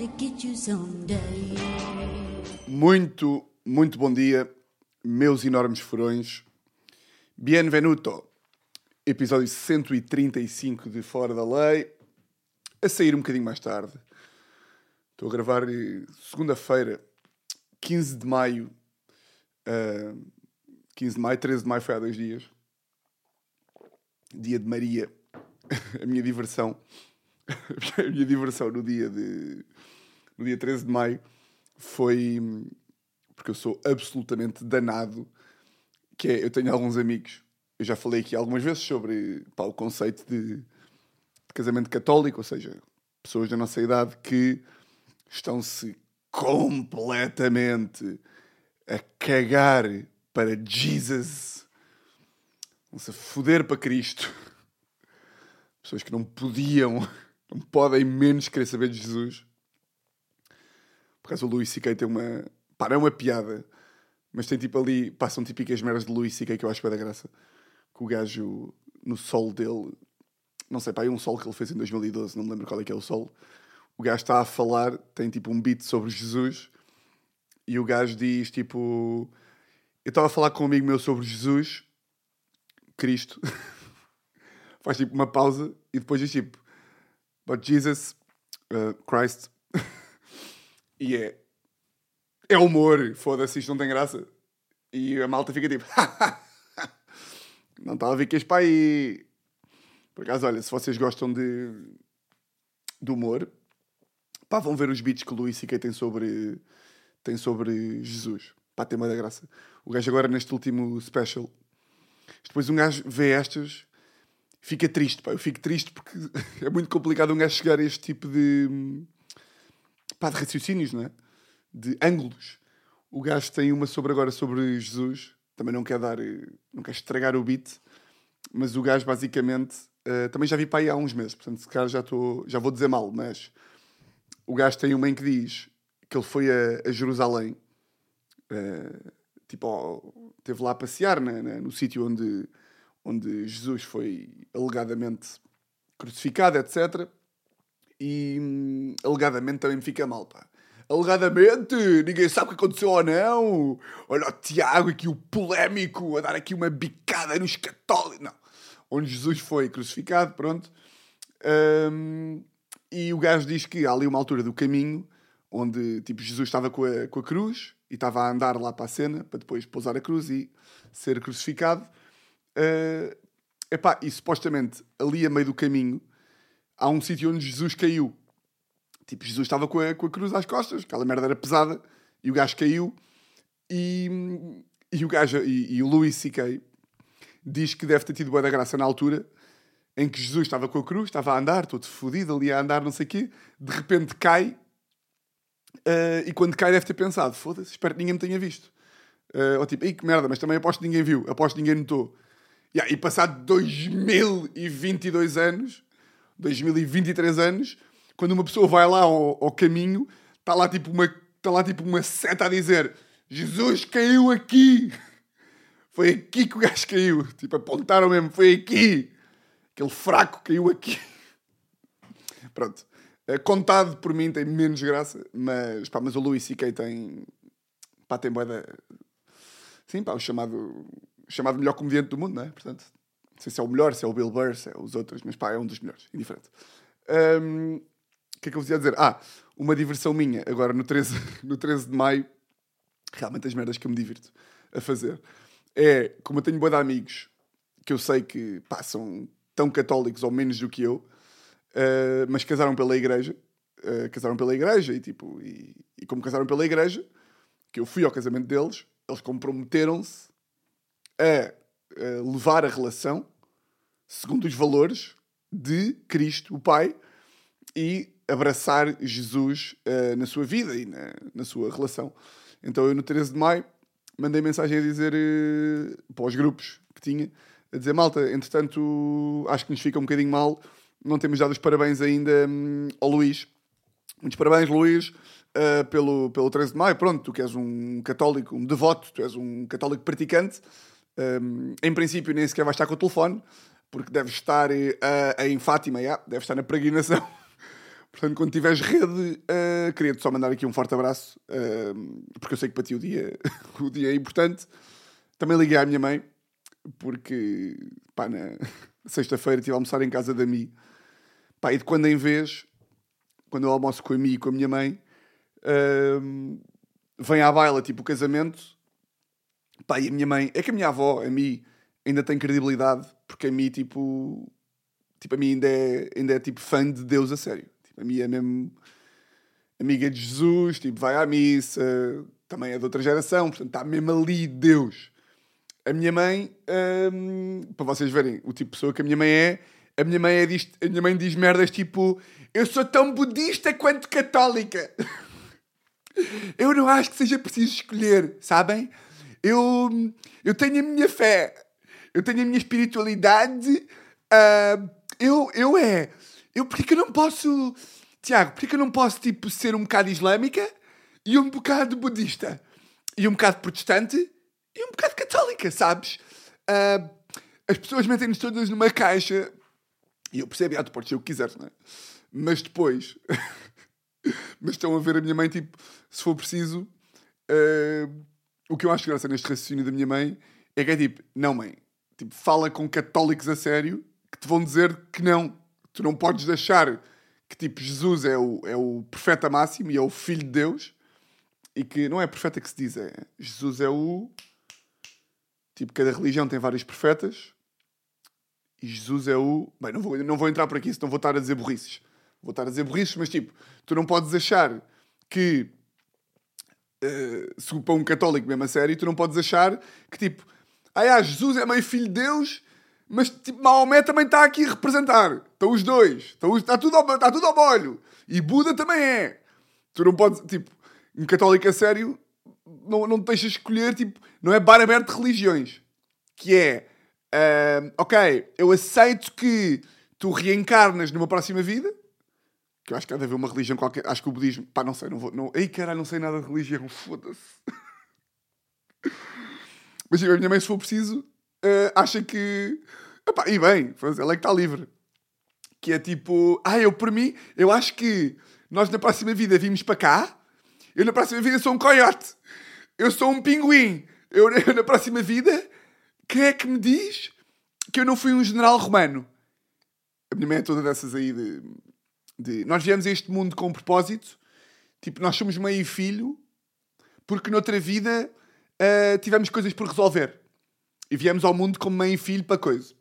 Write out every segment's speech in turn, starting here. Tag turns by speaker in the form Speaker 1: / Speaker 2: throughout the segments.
Speaker 1: get you someday.
Speaker 2: Muito bom dia, meus enormes furões. Bienvenuto. Episódio 135 de Fora da Lei. A sair um bocadinho mais tarde. Estou a gravar segunda-feira, 15 de maio. 15 de maio, 13 de maio foi há 2 dias. Dia de Maria. A minha diversão. A minha diversão no dia 13 de maio foi... Porque eu sou absolutamente danado. Que é, eu tenho alguns amigos. Eu já falei aqui algumas vezes sobre o conceito de casamento católico. Ou seja, pessoas da nossa idade que estão-se completamente a cagar para Jesus. Vão-se a foder para Cristo. Pessoas que não podem menos querer saber de Jesus. Por acaso o Louis C.K. tem uma... Pá, não é uma piada, mas tem tipo ali... Passam típicas merdas de Louis C.K. que eu acho bem da graça. Que o gajo, no solo dele... Não sei, pá, é um solo que ele fez em 2012, não me lembro qual é que é o solo. O gajo está a falar, tem tipo um beat sobre Jesus. E o gajo diz tipo... Eu estava a falar com um amigo meu sobre Jesus, Cristo. Faz tipo uma pausa e depois diz tipo... But Jesus, Christ... E é humor, foda-se, isto não tem graça. E a malta fica tipo... Não estava a ver que és para aí. Por acaso, olha, se vocês gostam de humor, pá, vão ver os beats que o Louis C.K. tem sobre Jesus. Pá, tem uma da graça. O gajo agora, neste último special, depois um gajo vê estas, fica triste, pá. Eu fico triste porque é muito complicado um gajo chegar a este tipo de raciocínios, não é? De ângulos. O gajo tem uma agora sobre Jesus. Também não quer estragar o beat, mas o gajo basicamente também já vi para aí há uns meses, portanto se calhar já vou dizer mal, mas o gajo tem uma em que diz que ele foi a Jerusalém, esteve lá a passear no sítio onde Jesus foi alegadamente crucificado, etc. E alegadamente também me fica mal, pá. Alegadamente, ninguém sabe o que aconteceu ou não. Olha o Tiago aqui, o polémico, a dar aqui uma bicada nos católicos. Não. Onde Jesus foi crucificado, pronto. E o gajo diz que há ali uma altura do caminho onde tipo, Jesus estava com a cruz e estava a andar lá para a cena para depois pousar a cruz e ser crucificado. E supostamente ali a meio do caminho há um sítio onde Jesus caiu. Tipo, Jesus estava com a cruz às costas, aquela merda era pesada, e o gajo caiu, e o Louis C.K. diz que deve ter tido bué da graça na altura, em que Jesus estava com a cruz, estava a andar, todo fodido, ali a andar, não sei o quê, de repente cai, e quando cai deve ter pensado, foda-se, espero que ninguém me tenha visto. Ou tipo, ei que merda, mas também aposto que ninguém viu, aposto que ninguém notou. E passado 2022 anos, 2023 anos, quando uma pessoa vai lá ao caminho, está lá tipo uma seta a dizer Jesus caiu aqui. Foi aqui que o gajo caiu. Tipo, apontaram mesmo, foi aqui. Aquele fraco caiu aqui. Pronto. Contado por mim tem menos graça, mas o Louis C.K. tem bué da... Sim, o chamado melhor comediante do mundo, não é? Portanto, não sei se é o melhor, se é o Bill Burr, se é os outros, mas é um dos melhores, indiferente. O que é que eu vos ia dizer? Uma diversão minha, agora no 13 de maio, realmente as merdas que eu me divirto a fazer, é, como eu tenho bué de amigos, que eu sei que, são tão católicos ou menos do que eu, mas casaram pela igreja, e como casaram pela igreja, que eu fui ao casamento deles, eles comprometeram-se a levar a relação segundo os valores de Cristo, o Pai, e abraçar Jesus na sua vida e na sua relação. Então eu no 13 de maio mandei mensagem a dizer para os grupos que tinha, a dizer, malta, entretanto acho que nos fica um bocadinho mal, não temos dado os parabéns ainda ao Luís. Muitos parabéns, Luís, pelo 13 de maio. Pronto, tu que és um católico, um devoto, tu és um católico praticante. Em princípio nem sequer vais estar com o telefone, porque deves estar em Fátima, deve estar na peregrinação. Portanto, quando tiveres rede, queria-te só mandar aqui um forte abraço, porque eu sei que para ti o dia, o dia é importante. Também liguei à minha mãe, porque, pá, na sexta-feira estive a almoçar em casa da Mi. Pá, e de quando em vez, quando eu almoço com a Mi e com a minha mãe, vem à baila, tipo, o casamento. Pá, e a minha mãe... É que a minha avó, a Mi, ainda tem credibilidade, porque a Mi, tipo a Mi ainda é, tipo, fã de Deus a sério. Tipo, a Mi é mesmo amiga de Jesus, tipo, vai à missa, também é de outra geração, portanto, está mesmo ali Deus. A minha mãe, para vocês verem o tipo de pessoa que a minha mãe é, a minha mãe diz merdas tipo: eu sou tão budista quanto católica. Eu não acho que seja preciso escolher, sabem? Eu tenho a minha fé, eu tenho a minha espiritualidade. Porque que eu não posso, Tiago, porque que eu não posso, tipo, ser um bocado islâmica e um bocado budista e um bocado protestante e um bocado católica, sabes? As pessoas metem-nos todas numa caixa e eu percebo, tu podes ser o que quiseres, não é? Mas depois, mas estão a ver a minha mãe, tipo, se for preciso, o que eu acho graça neste raciocínio da minha mãe é que é tipo, não, mãe, tipo, fala com católicos a sério que te vão dizer que não. Tu não podes deixar que, tipo, Jesus é o profeta máximo e é o filho de Deus e que não é profeta que se diz, é Jesus é o... Tipo, cada religião tem vários profetas e Jesus é o... Bem, não vou entrar por aqui, senão vou estar a dizer burrices. Vou estar a dizer burrices, mas, tipo, tu não podes achar que... se para um católico mesmo a sério, tu não podes achar que, tipo... Jesus é meio filho de Deus, mas, tipo, Maomé também está aqui a representar. Estão os dois. Está tudo ao molho. E Buda também é. Tu não podes... Tipo, um católico a sério não te deixas escolher, tipo... Não é bar aberto de religiões. Que é... ok, eu aceito que tu reencarnas numa próxima vida. Que eu acho que há de haver uma religião qualquer. Acho que o budismo... Pá, não sei, não vou... Não... Ei, caralho, não sei nada de religião. Foda-se. Mas a minha mãe, se for preciso, acha que... Epá, e bem, ela é que está livre. Que é tipo... eu por mim, eu acho que nós na próxima vida vimos para cá. Eu na próxima vida sou um coiote. Eu sou um pinguim. Eu na próxima vida, quem é que me diz que eu não fui um general romano? A minha mãe é toda dessas aí de... Nós viemos a este mundo com um propósito. Tipo, nós somos mãe e filho porque noutra vida tivemos coisas por resolver. E viemos ao mundo como mãe e filho para coisa.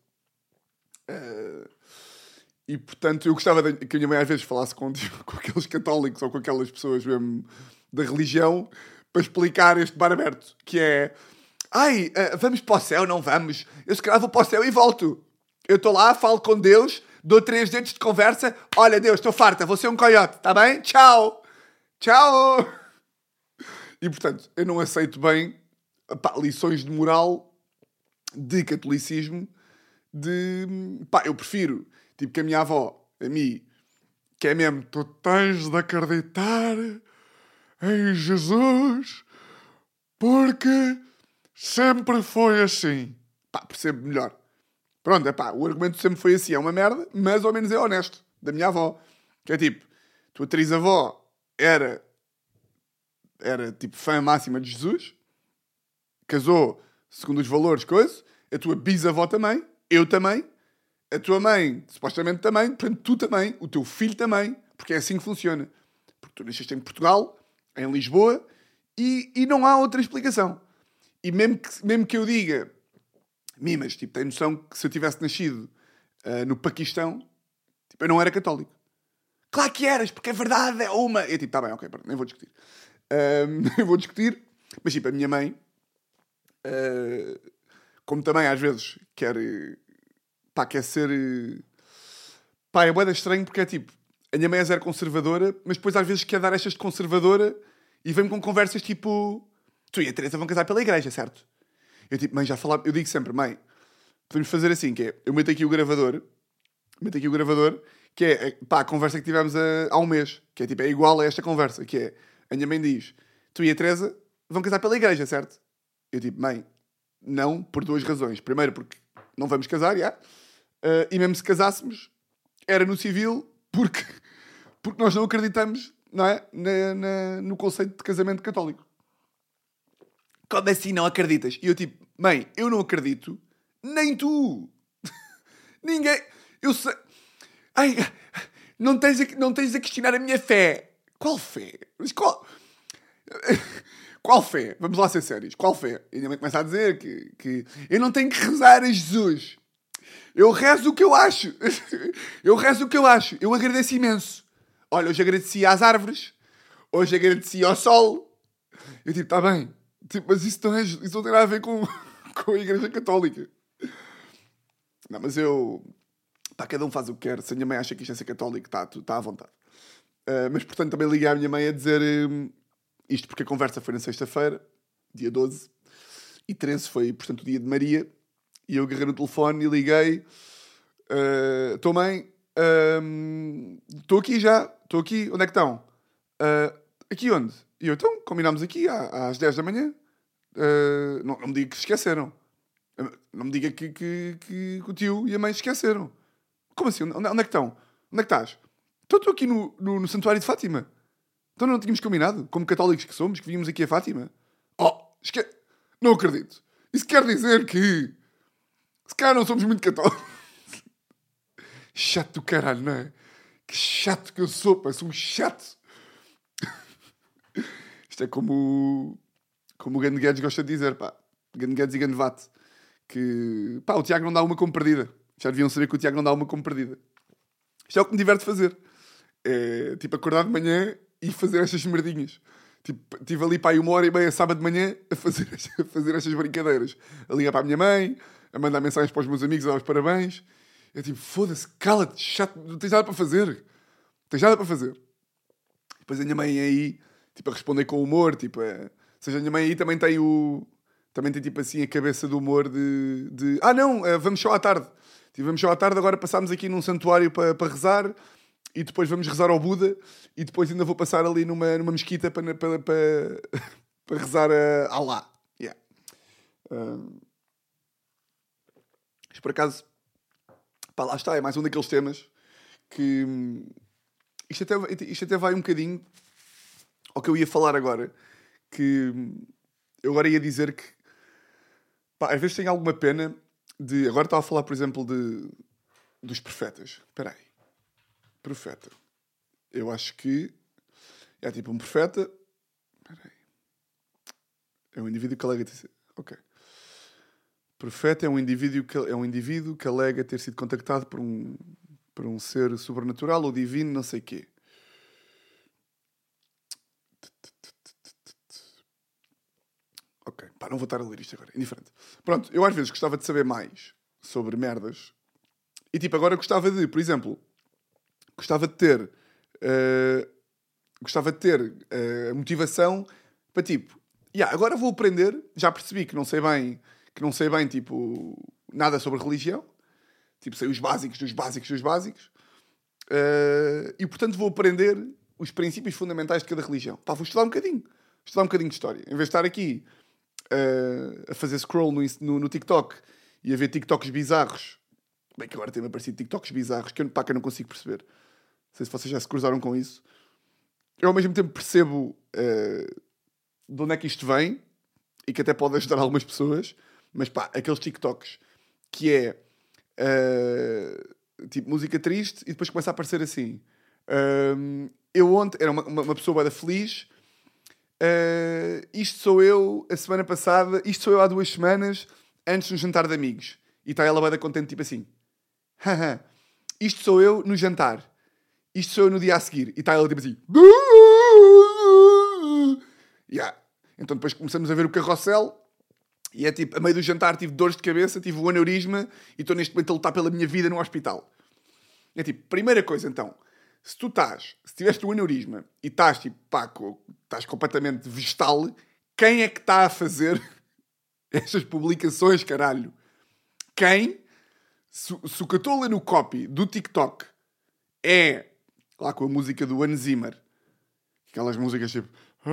Speaker 2: E, portanto, eu gostava que a minha mãe às vezes falasse com aqueles católicos ou com aquelas pessoas mesmo da religião para explicar este bar aberto. Que é... vamos para o céu, não vamos? Eu se calhar vou para o céu e volto. Eu estou lá, falo com Deus, dou 3 dedos de conversa. Olha, Deus, estou farta, vou ser um coiote, está bem? Tchau! Tchau! E, portanto, eu não aceito bem lições de moral de catolicismo eu prefiro, tipo, que a minha avó, a mim, que é mesmo, tu tens de acreditar em Jesus porque sempre foi assim. Percebo melhor. Pronto, o argumento sempre foi assim, é uma merda, mas ao menos é honesto, da minha avó. Que é tipo, tua trisavó era tipo fã máxima de Jesus, casou segundo os valores, coisa, a tua bisavó também, eu também, a tua mãe supostamente também, portanto tu também, o teu filho também, porque é assim que funciona. Porque tu nasceste em Portugal, em Lisboa, e não há outra explicação. E mesmo que eu diga, mas tipo, tem noção que se eu tivesse nascido no Paquistão, tipo, eu não era católico. Claro que eras, porque a verdade é uma. Eu tipo, está bem, ok, nem vou discutir. Nem vou discutir, mas tipo, a minha mãe, como também às vezes quer ser... é bué estranho porque é tipo, a minha mãe é zero conservadora, mas depois às vezes quer dar estas de conservadora e vem-me com conversas tipo, tu e a Teresa vão casar pela igreja, certo? Eu tipo, mãe, já falava, eu digo sempre, mãe, podemos fazer assim, que é, eu meto aqui o gravador, que é, a conversa que tivemos há um mês, que é tipo, é igual a esta conversa, que é, a minha mãe diz, tu e a Teresa vão casar pela igreja, certo? Eu tipo, mãe, não, por 2 razões. Primeiro, porque não vamos casar, e mesmo se casássemos, era no civil, Porque nós não acreditamos, não é? No conceito de casamento católico. Como assim não acreditas? E eu tipo, mãe, eu não acredito, nem tu. Ninguém. Eu sei. Ai, não tens a questionar a minha fé. Qual fé? Mas qual. Qual fé? Vamos lá ser sérios. Qual fé? E a minha mãe começa a dizer que eu não tenho que rezar a Jesus. Eu rezo o que eu acho. Eu rezo o que eu acho. Eu agradeço imenso. Olha, hoje agradeci às árvores. Hoje agradeci ao sol. Eu tipo, está bem. Tipo, mas isso não tem nada a ver com a Igreja Católica. Não, mas eu... Pá, cada um faz o que quer. Se a minha mãe acha que isto é ser católico, está à vontade. Mas, portanto, também liguei à minha mãe a dizer isto porque a conversa foi na sexta-feira, dia 12, e 13 foi, portanto, o dia de Maria. E eu agarrei no telefone e liguei. Estou mãe, estou aqui já, estou aqui, onde é que estão? Aqui onde? E eu, então, combinámos aqui às 10 da manhã. Não me diga que se esqueceram. Não me diga que o tio e a mãe se esqueceram. Como assim? Onde é que estão? Onde é que estás? Então estou aqui no Santuário de Fátima. Então não tínhamos combinado, como católicos que somos, que vínhamos aqui a Fátima? Não acredito. Isso quer dizer que se calhar não somos muito católicos. Chato do caralho, não é? Que chato que eu sou, pá. Sou um chato. Isto é como o Gando Guedes gosta de dizer, pá. Gando Guedes e Gando Vate. Que, pá, o Tiago não dá uma como perdida. Já deviam saber que o Tiago não dá uma como perdida. Isto é o que me diverte fazer. É, tipo, acordar de manhã e fazer estas merdinhas. Tipo, estive ali, pá, 1h30, sábado de manhã, a fazer estas brincadeiras. A ligar para a minha mãe, a mandar mensagens para os meus amigos, a dar os parabéns. Eu tipo, foda-se, cala-te, chato, não tens nada para fazer. Não tens nada para fazer. Depois a minha mãe aí, tipo, a responder com humor, tipo, ou seja, a minha mãe aí também tem também tem, tipo, assim, a cabeça do humor de não, vamos só à tarde. Tipo, vamos só à tarde, agora passámos aqui num santuário para rezar, e depois vamos rezar ao Buda, e depois ainda vou passar ali numa mesquita para rezar a Allah. Yeah. Isto por acaso, pá, lá está, é mais um daqueles temas que isto até vai um bocadinho ao que eu ia falar agora, que eu agora ia dizer que, pá, às vezes tenho alguma pena de... Agora estava a falar, por exemplo, dos profetas. Espera aí. Profeta. Eu acho que é tipo um profeta... Espera aí. É um indivíduo que alega... Ok. Profeta é um indivíduo que alega ter sido contactado por um ser sobrenatural ou divino, não sei o quê. Ok, pá, não vou estar a ler isto agora, indiferente. Pronto, eu às vezes gostava de saber mais sobre merdas. E tipo, agora gostava de, por exemplo, gostava de ter a motivação para tipo, agora vou aprender, já percebi que não sei bem, tipo, nada sobre religião. Tipo, sei os básicos dos básicos dos básicos. E, portanto, vou aprender os princípios fundamentais de cada religião. Pá, vou estudar um bocadinho. Estudar um bocadinho de história. Em vez de estar aqui a fazer scroll no TikTok e a ver TikToks bizarros. Bem que agora tem-me aparecido TikToks bizarros que eu não consigo perceber. Não sei se vocês já se cruzaram com isso. Eu, ao mesmo tempo, percebo de onde é que isto vem e que até pode ajudar algumas pessoas. Mas, pá, aqueles TikToks que é... tipo música triste e depois começa a aparecer assim eu ontem era uma pessoa bem feliz, isto sou eu a semana passada, isto sou eu há 2 semanas antes de um jantar de amigos, e está ela bem contente tipo assim isto sou eu no jantar, isto sou eu no dia a seguir, e está ela tipo assim então depois começamos a ver o carrossel. E é tipo, a meio do jantar tive dores de cabeça, tive um aneurisma e estou neste momento a lutar pela minha vida no hospital. É tipo, primeira coisa então, se tiveste um aneurisma e estás tipo, pá, estás completamente vegetal, quem é que está a fazer estas publicações, caralho? Quem? Se o que eu estou a ler no copy do TikTok é, lá com a música do Hans Zimmer, aquelas músicas tipo...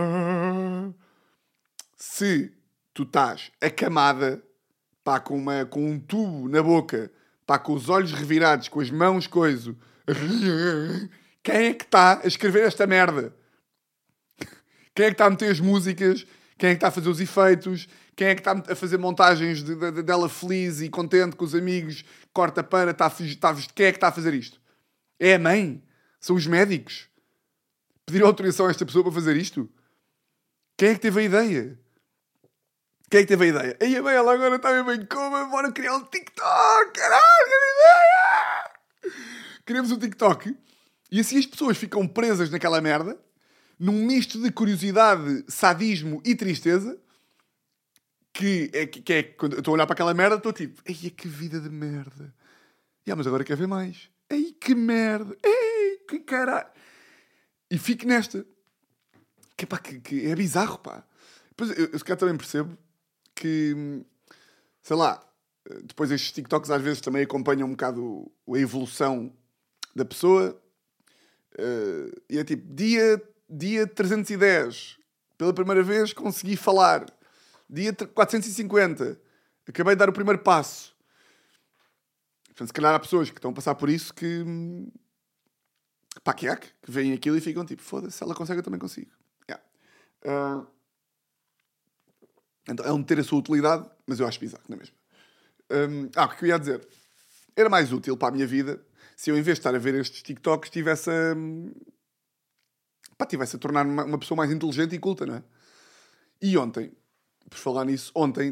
Speaker 2: Se... tu estás acamada, pá, com um tubo na boca, pá, com os olhos revirados, com as mãos coiso. Quem é que está a escrever esta merda? Quem é que está a meter as músicas? Quem é que está a fazer os efeitos? Quem é que está a fazer montagens dela feliz e contente com os amigos? Corta para, quem é que está a fazer isto? É a mãe? São os médicos? Pediram autorização a esta pessoa para fazer isto? Quem é que teve a ideia? Quem é que teve a ideia? Aí a mãe, ela agora está bem em coma, bora criar um TikTok! Caralho, que ideia! Queremos um TikTok. E assim as pessoas ficam presas naquela merda, num misto de curiosidade, sadismo e tristeza, que é quando eu estou a olhar para aquela merda, estou tipo, ei, que vida de merda. Mas agora quero ver mais. Ei, que merda. Ei, que caralho. E fico nesta. Que é bizarro, pá. Depois eu se calhar também percebo que, sei lá, depois estes TikToks às vezes também acompanham um bocado a evolução da pessoa. E é tipo, dia 310, pela primeira vez consegui falar. Dia 450, acabei de dar o primeiro passo. Portanto, se calhar há pessoas que estão a passar por isso que veem aquilo e ficam tipo, foda-se, se ela consegue, eu também consigo. Então, ela ter a sua utilidade, mas eu acho bizarro, não é mesmo? O que eu ia dizer? Era mais útil para a minha vida se eu, em vez de estar a ver estes TikToks, estivesse a tornar-me uma pessoa mais inteligente e culta, não é? E ontem, por falar nisso,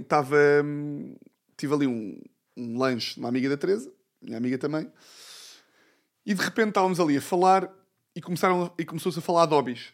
Speaker 2: tive ali um lanche de uma amiga da Teresa, minha amiga também, e de repente estávamos ali a falar e começou-se a falar de hobbies.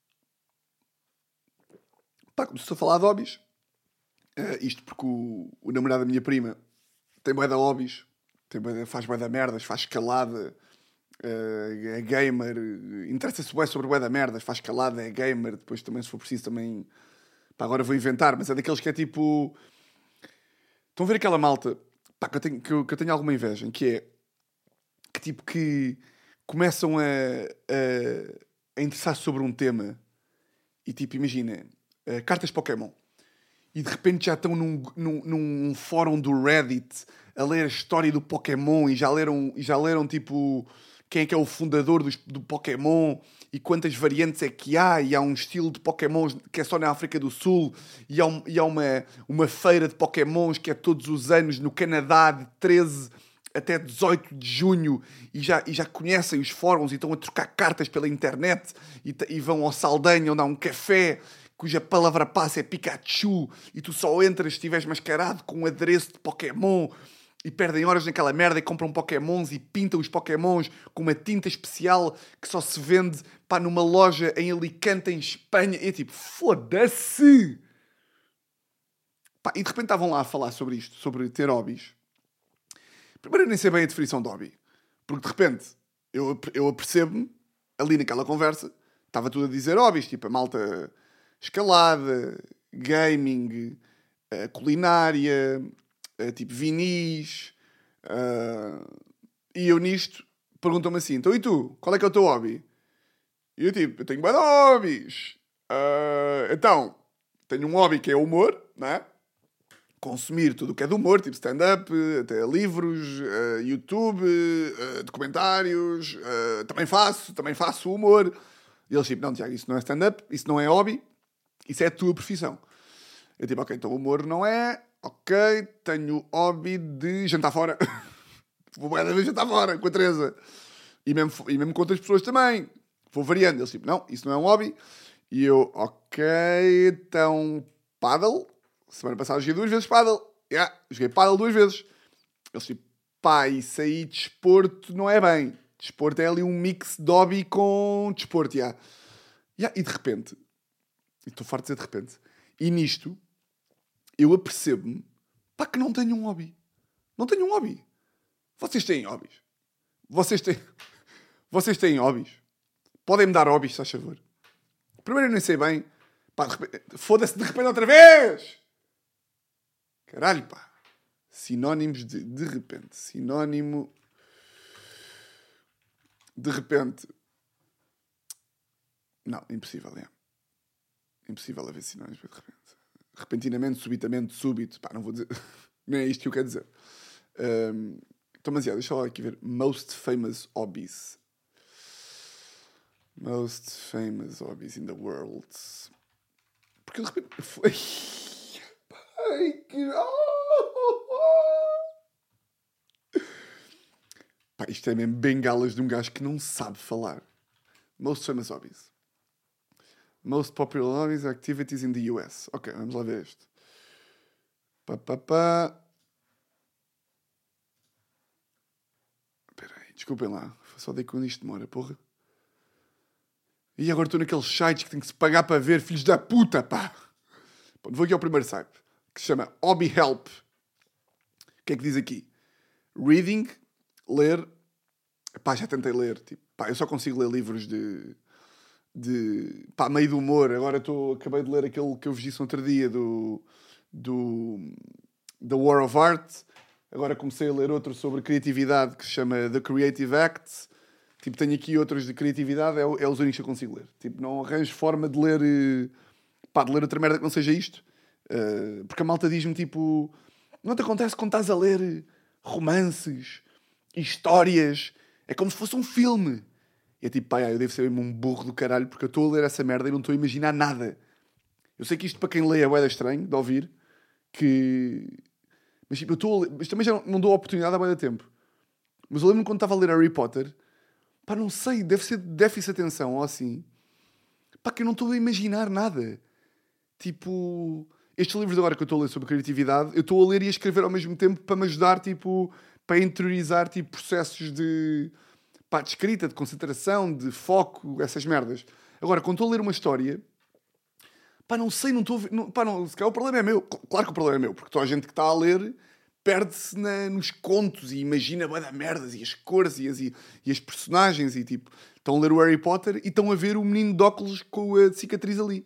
Speaker 2: Começou-se a falar de hobbies. Isto porque o namorado da minha prima tem bué de hobbies, faz bué de merdas, faz escalada, é gamer, interessa-se bué sobre bué de merdas, faz escalada, é gamer, depois também se for preciso também... agora vou inventar, mas é daqueles que é tipo... Estão a ver aquela malta que eu tenho alguma inveja, que é que começam a interessar-se sobre um tema e tipo, imagina, cartas Pokémon. E de repente já estão num fórum do Reddit a ler a história do Pokémon e já leram tipo quem é que é o fundador do Pokémon e quantas variantes é que há, e há um estilo de Pokémons que é só na África do Sul, e há uma feira de Pokémons que é todos os anos no Canadá, de 13 até 18 de junho, e já conhecem os fóruns e estão a trocar cartas pela internet e vão ao Saldanha onde há um café cuja palavra passe é Pikachu, e tu só entras se estiveres mascarado com um adereço de Pokémon, e perdem horas naquela merda e compram Pokémons e pintam os Pokémons com uma tinta especial que só se vende numa loja em Alicante, em Espanha. E é tipo, foda-se! E de repente estavam lá a falar sobre isto, sobre ter hobbies. Primeiro eu nem sei bem a definição de hobby. Porque de repente eu apercebo-me, ali naquela conversa, estava tudo a dizer hobbies, tipo a malta escalada, gaming, culinária, tipo vinis. E eu nisto perguntam-me assim, então e tu? Qual é que é o teu hobby? E eu tipo, eu tenho bué de hobbies. Então, tenho um hobby que é humor, não é? Consumir tudo o que é de humor, tipo stand-up, até livros, YouTube, documentários. Também faço humor. E eles tipo, não, Tiago, isso não é stand-up, isso não é hobby, isso é a tua profissão. Eu tipo, ok, então humor não é, ok, tenho hobby de jantar fora. Vou bué da vez jantar fora com a Teresa. E mesmo com outras pessoas também. Vou variando. Eles tipo, não, isso não é um hobby. E eu, ok, então paddle. Semana passada joguei 2 vezes paddle. Joguei paddle 2 vezes. Eles tipo, isso aí desporto não é bem. Desporto é ali um mix de hobby com desporto, E de repente, e estou farto de dizer de repente, e nisto, eu apercebo-me, que não tenho um hobby. Não tenho um hobby. Vocês têm hobbies? Vocês têm hobbies? Podem-me dar hobbies, se faz favor. Primeiro eu nem sei bem. Foda-se de repente outra vez! Caralho, pá. Sinónimos de repente. Sinónimo... De repente. Não, impossível, Impossível haver sinónimos de repente. Repentinamente, subitamente, súbito. Não vou dizer... Não é isto que eu quero dizer. Então, mas deixa eu lá aqui ver. Most famous hobbies. Most famous hobbies in the world. Porque de repente foi. Ai, que. Pá, isto é mesmo bengalas de um gajo que não sabe falar. Most famous hobbies. Most popular hobbies activities in the US. Ok, vamos lá ver este. Espera aí, desculpem lá. Só dei quando isto demora, porra. E agora estou naqueles sites que tem que se pagar para ver, filhos da puta, pá. Vou aqui ao primeiro site, que se chama Hobby Help. O que é que diz aqui? Reading, ler. Pá, já tentei ler. Tipo, pá, eu só consigo ler livros de pá, meio do humor. Agora acabei de ler aquele que eu vos disse no outro dia The War of Art. Agora comecei a ler outro sobre criatividade que se chama The Creative Act. Tipo, tenho aqui outros de criatividade, é os únicos que eu consigo ler. Tipo, não arranjo forma de ler, pá, de ler outra merda que não seja isto. Porque a malta diz-me, tipo, não te acontece quando estás a ler romances, histórias, é como se fosse um filme. E é tipo, pá, eu devo ser mesmo um burro do caralho porque eu estou a ler essa merda e não estou a imaginar nada. Eu sei que isto para quem lê é bué estranho de ouvir, mas tipo, eu estou a ler, mas também já não dou a oportunidade há bué de tempo. Mas eu lembro-me quando estava a ler Harry Potter, pá, não sei, deve ser déficit de atenção ou assim. Pá, que eu não estou a imaginar nada. Tipo, estes livros agora que eu estou a ler sobre criatividade, eu estou a ler e a escrever ao mesmo tempo para me ajudar, tipo, para interiorizar, tipo, processos de, pá, de escrita, de concentração, de foco, essas merdas. Agora, quando estou a ler uma história, pá, não sei, não estou a ver, não, pá, não, se calhar o problema é meu. Claro que o problema é meu, porque toda a gente que está a ler perde-se nos contos e imagina bué da merdas e as cores e as personagens e tipo, estão a ler o Harry Potter e estão a ver o menino de óculos com a cicatriz ali.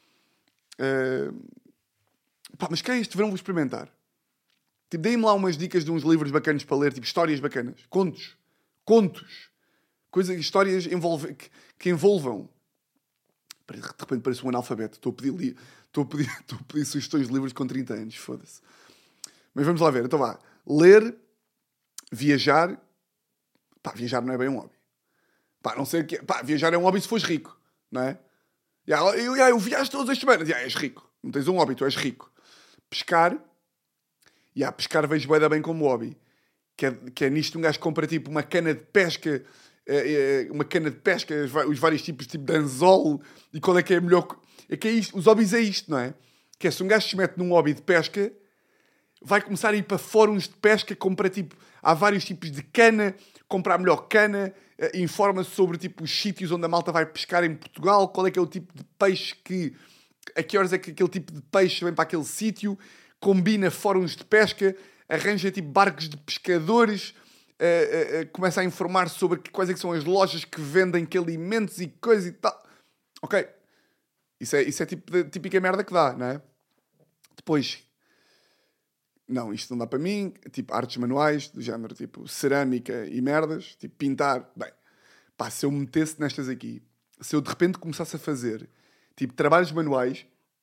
Speaker 2: Pá, mas cá este verão vou experimentar. Tipo, deem-me lá umas dicas de uns livros bacanas para ler, tipo, histórias bacanas. Contos. Coisas, histórias que envolvam. De repente parece um analfabeto. Estou a pedir sugestões de livros com 30 anos. Foda-se. Mas vamos lá ver. Então vá. Ler, viajar. Pá, viajar não é bem um hobby. Pá, não sei o que é. Pá, viajar é um hobby se fores rico. Não é? Eu viajo todas as semanas. És rico. Não tens um hobby, tu és rico. Pescar. Pescar vejo bué da bem como hobby. Que é nisto um gajo compra tipo uma cana de pesca. Uma cana de pesca, os vários tipos tipo de anzol. E qual é que é a melhor... É que é isto. Os hobbies é isto, não é? Que é se um gajo se mete num hobby de pesca... vai começar a ir para fóruns de pesca, compra tipo, há vários tipos de cana, compra a melhor cana, informa-se sobre tipo, os sítios onde a malta vai pescar em Portugal, qual é que é o tipo de peixe a que horas é que aquele tipo de peixe vem para aquele sítio, combina fóruns de pesca, arranja tipo barcos de pescadores, começa a informar sobre quais é que são as lojas que vendem que alimentos e coisa e tal. Ok. Isso é tipo típica merda que dá, não é? Depois... Não, isto não dá para mim. Tipo, artes manuais, do género, tipo, cerâmica e merdas. Tipo, pintar. Bem, pá, se eu me metesse nestas aqui, se eu de repente começasse a fazer, tipo, trabalhos manuais,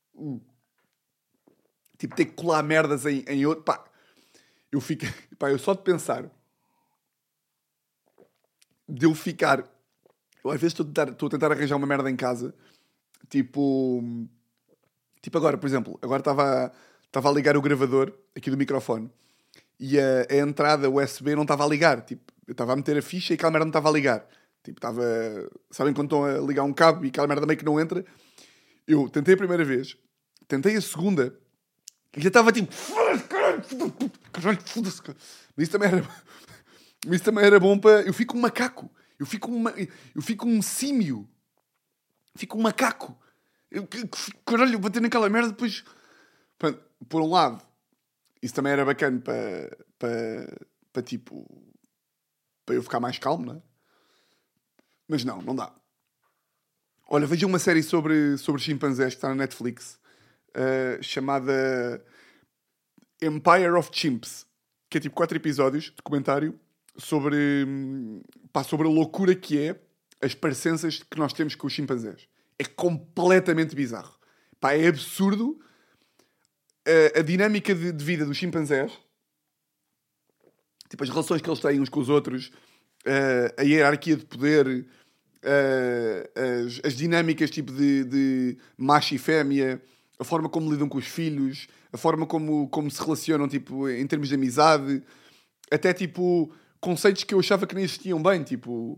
Speaker 2: tipo, ter que colar merdas em outro, pá, eu fico... Pá, eu só de pensar, de eu ficar... Eu às vezes estou a tentar arranjar uma merda em casa, tipo... Tipo agora, por exemplo, agora estava a ligar o gravador aqui do microfone e a entrada USB não estava a ligar. Tipo, eu estava a meter a ficha e aquela merda não estava a ligar. Tipo, estava... Sabem quando estão a ligar um cabo e aquela merda meio que não entra? Eu tentei a primeira vez, tentei a segunda e já estava tipo... Caralho, foda-se. Mas isso também era bom para... Eu fico um macaco. Eu fico um símio. Fico um macaco. Caralho, eu bater naquela merda depois... Por um lado, isso também era bacana para tipo... Para eu ficar mais calmo, não é? Mas não dá. Olha, veja uma série sobre chimpanzés que está na Netflix, chamada Empire of Chimps, que é tipo 4 episódios de documentário sobre a loucura que é as parecenças que nós temos com os chimpanzés. É completamente bizarro. Pá, é absurdo a dinâmica de vida dos chimpanzés, tipo as relações que eles têm uns com os outros, a hierarquia de poder, as dinâmicas tipo de macho e fêmea, a forma como lidam com os filhos, a forma como se relacionam tipo, em termos de amizade, até tipo conceitos que eu achava que nem existiam bem, tipo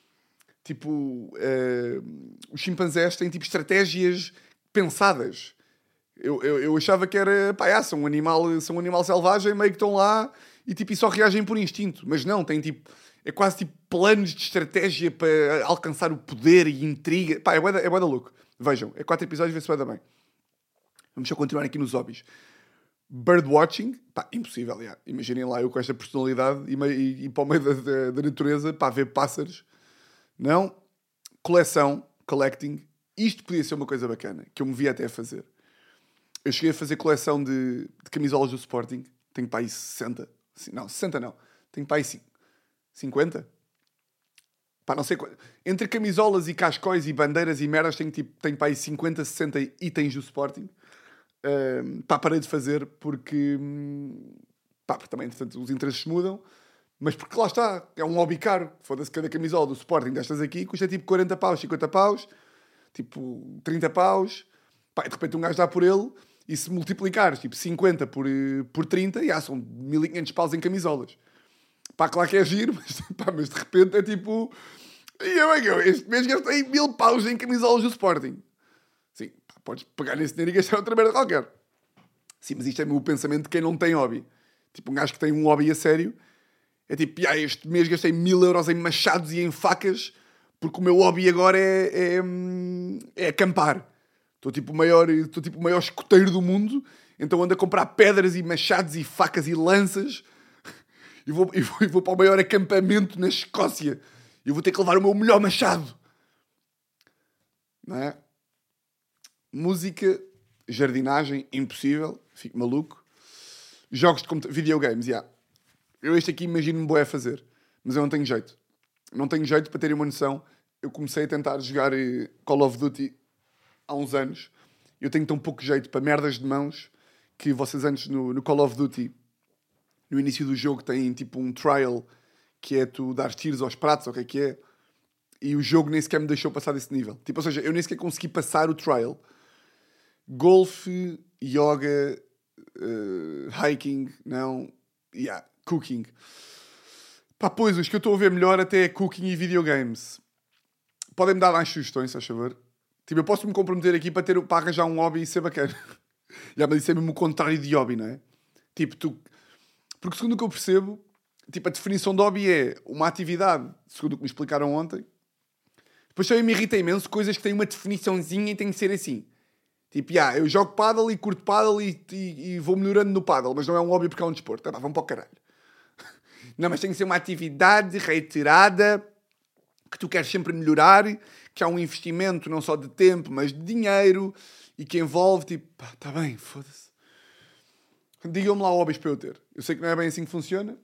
Speaker 2: os chimpanzés têm tipo estratégias pensadas. Eu achava que era, pá, são um animal selvagem, meio que estão lá e só reagem por instinto. Mas não, tem tipo, é quase tipo planos de estratégia para alcançar o poder e intriga. Pá, é bué da louco. Vejam, é 4 episódios, vê se vai dar bem. Vamos só continuar aqui nos hobbies. Birdwatching, pá, impossível, já. Imaginem lá eu com esta personalidade e para o meio da natureza, pá, ver pássaros. Não. Coleção, collecting. Isto podia ser uma coisa bacana, que eu me via até a fazer. Eu cheguei a fazer coleção de camisolas do Sporting. Tenho para aí 60. Não, 60 não. Tenho para aí 50. Pá, não sei quanto. Entre camisolas e cascóis e bandeiras e merdas, tenho para aí 50, 60 itens do Sporting. Pá, parei de fazer porque... Pá, porque também, portanto, os interesses mudam. Mas porque lá está, é um hobby caro. Foda-se, cada camisola do Sporting destas aqui custa tipo 40 paus, 50 paus, tipo 30 paus. Pá, e de repente um gajo dá por ele e se multiplicares tipo 50 por 30, já são 1500 paus em camisolas. Pá, claro que é giro, mas de repente é tipo... este mês gastei 1000 paus em camisolas do Sporting. Sim, pá, podes pegar nesse dinheiro e gastar outra merda qualquer. Sim, mas isto é o meu pensamento de quem não tem hobby. Tipo, um gajo que tem um hobby a sério... É tipo, este mês gastei 1000 euros em machados e em facas porque o meu hobby agora é acampar. Estou tipo o maior escoteiro do mundo, então ando a comprar pedras e machados e facas e lanças e vou para o maior acampamento na Escócia. E vou ter que levar o meu melhor machado. Não é? Música, jardinagem, impossível. Fico maluco. Jogos de computador, videogames, já. Yeah. Eu este aqui imagino-me bué a fazer, mas eu não tenho jeito. Não tenho jeito, para terem uma noção. Eu comecei a tentar jogar Call of Duty há uns anos. Eu tenho tão pouco jeito para merdas de mãos que vocês antes no Call of Duty, no início do jogo, têm tipo um trial que é tu dar tiros aos pratos, ou o que é. E o jogo nem sequer me deixou passar desse nível. Tipo, ou seja, eu nem sequer consegui passar o trial. Golfe, yoga, hiking, não... Yeah. Cooking. Pá, pois, os que eu estou a ver melhor até é cooking e videogames. Podem-me dar mais sugestões, se faz favor? Tipo, eu posso me comprometer aqui para arranjar um hobby e ser bacana. Já, mas isso é mesmo o contrário de hobby, não é? Tipo, porque segundo o que eu percebo, tipo, a definição de hobby é uma atividade, segundo o que me explicaram ontem. Depois também me irrita imenso coisas que têm uma definiçãozinha e tem que ser assim. Tipo, eu jogo paddle e curto paddle e vou melhorando no paddle, mas não é um hobby porque é um desporto. Tá, vamos para o caralho. Não, mas tem que ser uma atividade reiterada que tu queres sempre melhorar, que há um investimento não só de tempo, mas de dinheiro e que envolve, tipo, pá, tá bem, foda-se. Digam-me lá hobbies para eu ter. Eu sei que não é bem assim que funciona,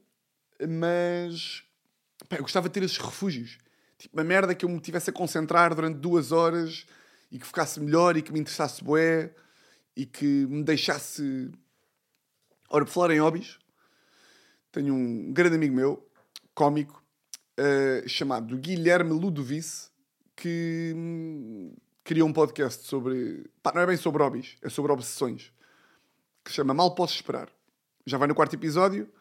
Speaker 2: mas pá, eu gostava de ter esses refúgios. Tipo, uma merda que eu me tivesse a concentrar durante 2 horas e que ficasse melhor e que me interessasse bué e que me deixasse... Ora, por falar em hobbies, tenho um grande amigo meu, cómico, chamado Guilherme Ludovice, que criou um podcast sobre... Pá, não é bem sobre hobbies, é sobre obsessões. Que se chama Mal Posso Esperar. Já vai no 4º episódio.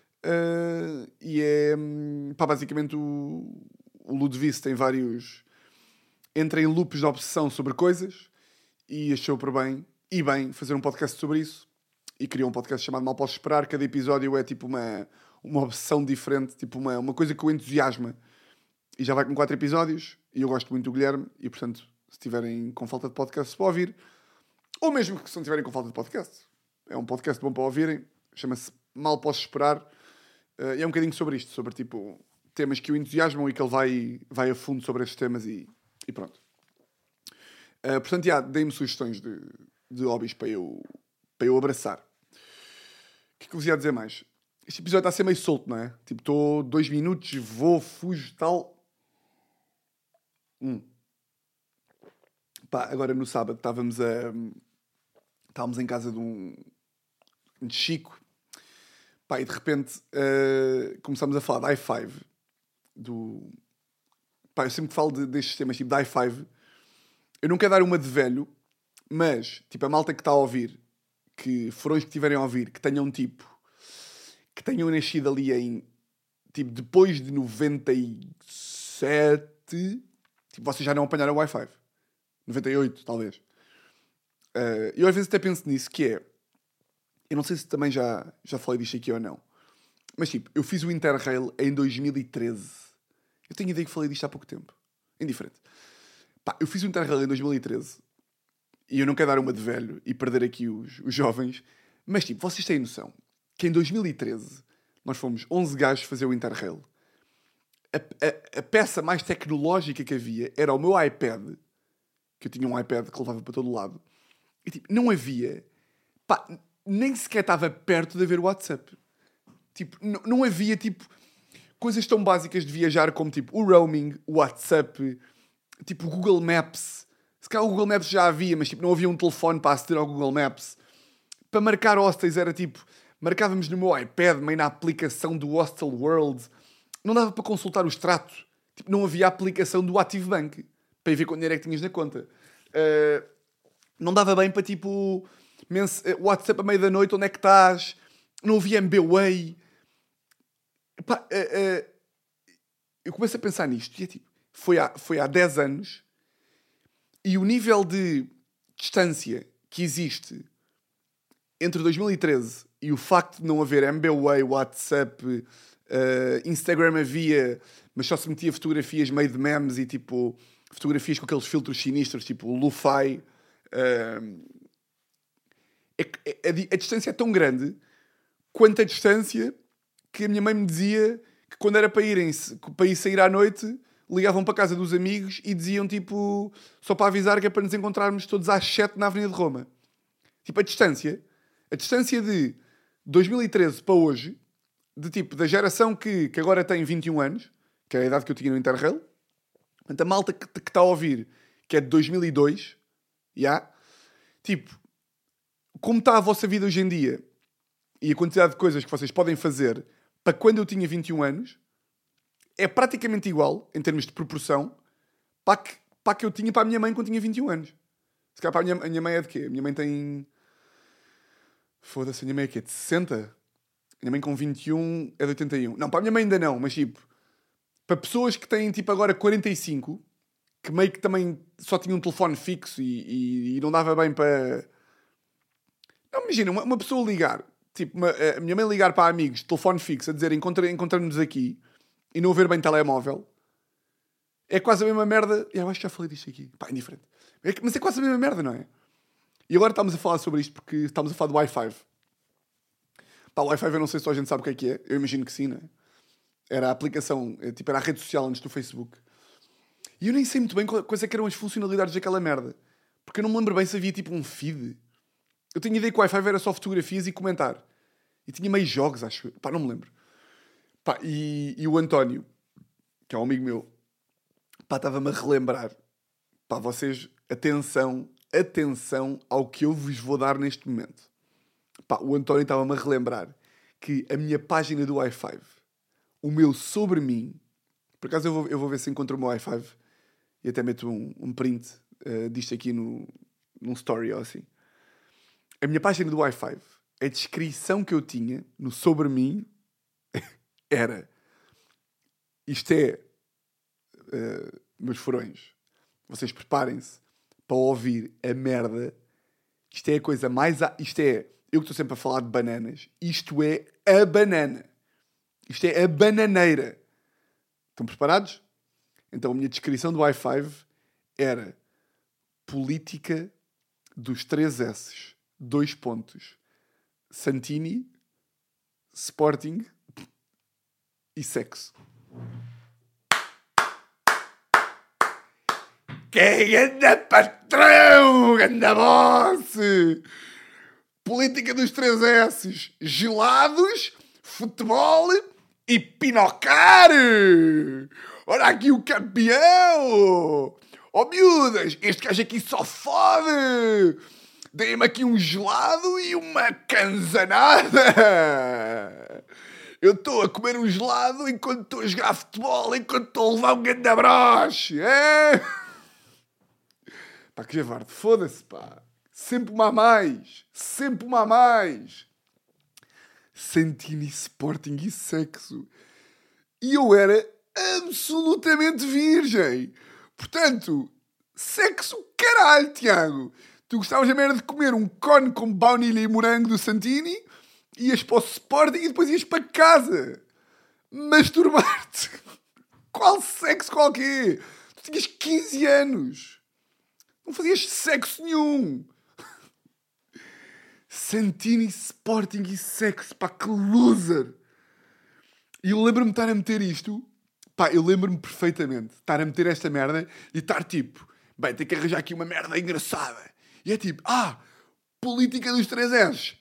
Speaker 2: E é... Pá, basicamente o Ludovice tem vários... Entra em loops de obsessão sobre coisas e achou por bem, e bem, fazer um podcast sobre isso. E criou um podcast chamado Mal Posso Esperar. Cada episódio é tipo uma obsessão diferente, tipo uma coisa que o entusiasma. E já vai com 4 episódios. E eu gosto muito do Guilherme. E, portanto, se estiverem com falta de podcast, para ouvir. Ou mesmo que se não estiverem com falta de podcast. É um podcast bom para ouvirem. Chama-se Mal Posso Esperar. E é um bocadinho sobre isto. Sobre, tipo, temas que o entusiasmam e que ele vai a fundo sobre estes temas e pronto. Portanto, deem-me sugestões de hobbies para eu abraçar. O que é que eu vos ia dizer mais? Este episódio está a ser meio solto, não é? Tipo, estou 2 minutos, fujo, tal. Pá, agora no sábado estávamos em casa de Chico. Pá, e de repente começámos a falar de i5. Pá, eu sempre falo destes temas, tipo, de i5. Eu não quero dar uma de velho, mas, tipo, a malta que está a ouvir, que furões que estiverem a ouvir, que tenham, tipo, que tenham nascido ali em, tipo, depois de 97, tipo, vocês já não apanharam o Wi-Fi. 98, talvez. Eu às vezes até penso nisso, que é, eu não sei se também já falei disto aqui ou não, mas, tipo, eu fiz o Interrail em 2013. Eu tenho ideia que falei disto há pouco tempo. Indiferente. Pá, eu fiz o Interrail em 2013 e eu não quero dar uma de velho e perder aqui os jovens, mas tipo, vocês têm noção que em 2013 nós fomos 11 gajos fazer o Interrail. A peça mais tecnológica que havia era o meu iPad, que eu tinha um iPad que levava para todo lado, e tipo, não havia, pá, nem sequer estava perto de haver o WhatsApp. Tipo, não havia tipo coisas tão básicas de viajar como tipo o roaming, o WhatsApp, tipo o Google Maps. Se calhar o Google Maps já havia, mas tipo, não havia um telefone para aceder ao Google Maps. Para marcar hostels era tipo, marcávamos no meu iPad, meio na aplicação do Hostel World. Não dava para consultar o extrato. Tipo, não havia a aplicação do ActiveBank para ir ver quanto dinheiro é que tinhas na conta. Não dava bem para tipo WhatsApp à meia da noite, onde é que estás? Não havia MBWay. Pá, eu começo a pensar nisto e é tipo, foi há 10 anos e o nível de distância que existe entre 2013 e o facto de não haver MBWay, WhatsApp, Instagram havia, mas só se metia fotografias meio de memes e tipo fotografias com aqueles filtros sinistros, tipo o Lu-Fi. A distância é tão grande quanto a distância que a minha mãe me dizia que quando era para ir sair à noite, ligavam para a casa dos amigos e diziam tipo, só para avisar que é para nos encontrarmos todos às 7 na Avenida de Roma. Tipo, a distância de 2013 para hoje, de tipo, da geração que agora tem 21 anos, que é a idade que eu tinha no Interrail, portanto, a malta que está a ouvir, que é de 2002, tipo, como está a vossa vida hoje em dia e a quantidade de coisas que vocês podem fazer para quando eu tinha 21 anos, é praticamente igual, em termos de proporção, para a que eu tinha para a minha mãe quando tinha 21 anos. Se calhar para a minha mãe é de quê? A minha mãe tem... Foda-se, a minha mãe é quê? De 60? A minha mãe com 21 é de 81. Não, para a minha mãe ainda não, mas tipo... Para pessoas que têm tipo agora 45, que meio que também só tinham um telefone fixo e não dava bem para... Não, imagina, uma pessoa ligar... Tipo, a minha mãe ligar para amigos de telefone fixo a dizer encontramos-nos aqui e não ver bem telemóvel, é quase a mesma merda. Eu acho que já falei disto aqui. Pá, indiferente. Mas é quase a mesma merda, não é? E agora estamos a falar sobre isto porque estamos a falar do Wi-Fi. Pá, o Wi-Fi eu não sei se a gente sabe o que é. Eu imagino que sim, não é? Era a aplicação, tipo, era a rede social antes do Facebook. E eu nem sei muito bem quais é que eram as funcionalidades daquela merda. Porque eu não me lembro bem se havia tipo um feed. Eu tinha ideia que o Wi-Fi era só fotografias e comentar. E tinha meio jogos, acho. Pá, não me lembro. Pá, e o António, que é um amigo meu, pá, estava-me a relembrar. Pá, vocês, atenção ao que eu vos vou dar neste momento. Pá, o António estava-me a relembrar que a minha página do Wi-Fi, o meu sobre mim, por acaso eu vou ver se encontro o meu Wi-Fi e até meto um print disto aqui num story ou assim. A minha página do Wi-Fi, a descrição que eu tinha no sobre mim era: isto é, meus furões, vocês preparem-se para ouvir a merda. Isto é a coisa mais... Isto é, eu que estou sempre a falar de bananas, isto é a banana. Isto é a bananeira. Estão preparados? Então a minha descrição do Wi-Fi era: política dos 3 S's. 2 pontos. Santini, Sporting e sexo. Que anda patrão, anda boss! Política dos 3 S's. Gelados, futebol e pinocar! Olha aqui o campeão! Oh miúdas, este gajo aqui só fode! Dê-me aqui um gelado e uma canzanada! Eu estou a comer um gelado enquanto estou a jogar futebol, enquanto estou a levar um grande broche. É? Pá, que javarde, foda-se, pá. Sempre uma a mais. Sempre uma a mais. Santini, Sporting e sexo. E eu era absolutamente virgem. Portanto, sexo caralho, Tiago. Tu gostavas a merda de comer um cone com baunilha e morango do Santini, ias para o Sporting e depois ias para casa. Masturbar-te. Qual sexo qualquer? Tu tinhas 15 anos. Não fazias sexo nenhum. Santini, Sporting e sexo. Pá, que loser. E eu lembro-me de estar a meter isto. Pá, eu lembro-me perfeitamente de estar a meter esta merda e estar tipo, bem, tem que arranjar aqui uma merda engraçada. E é tipo, política dos 3 R's.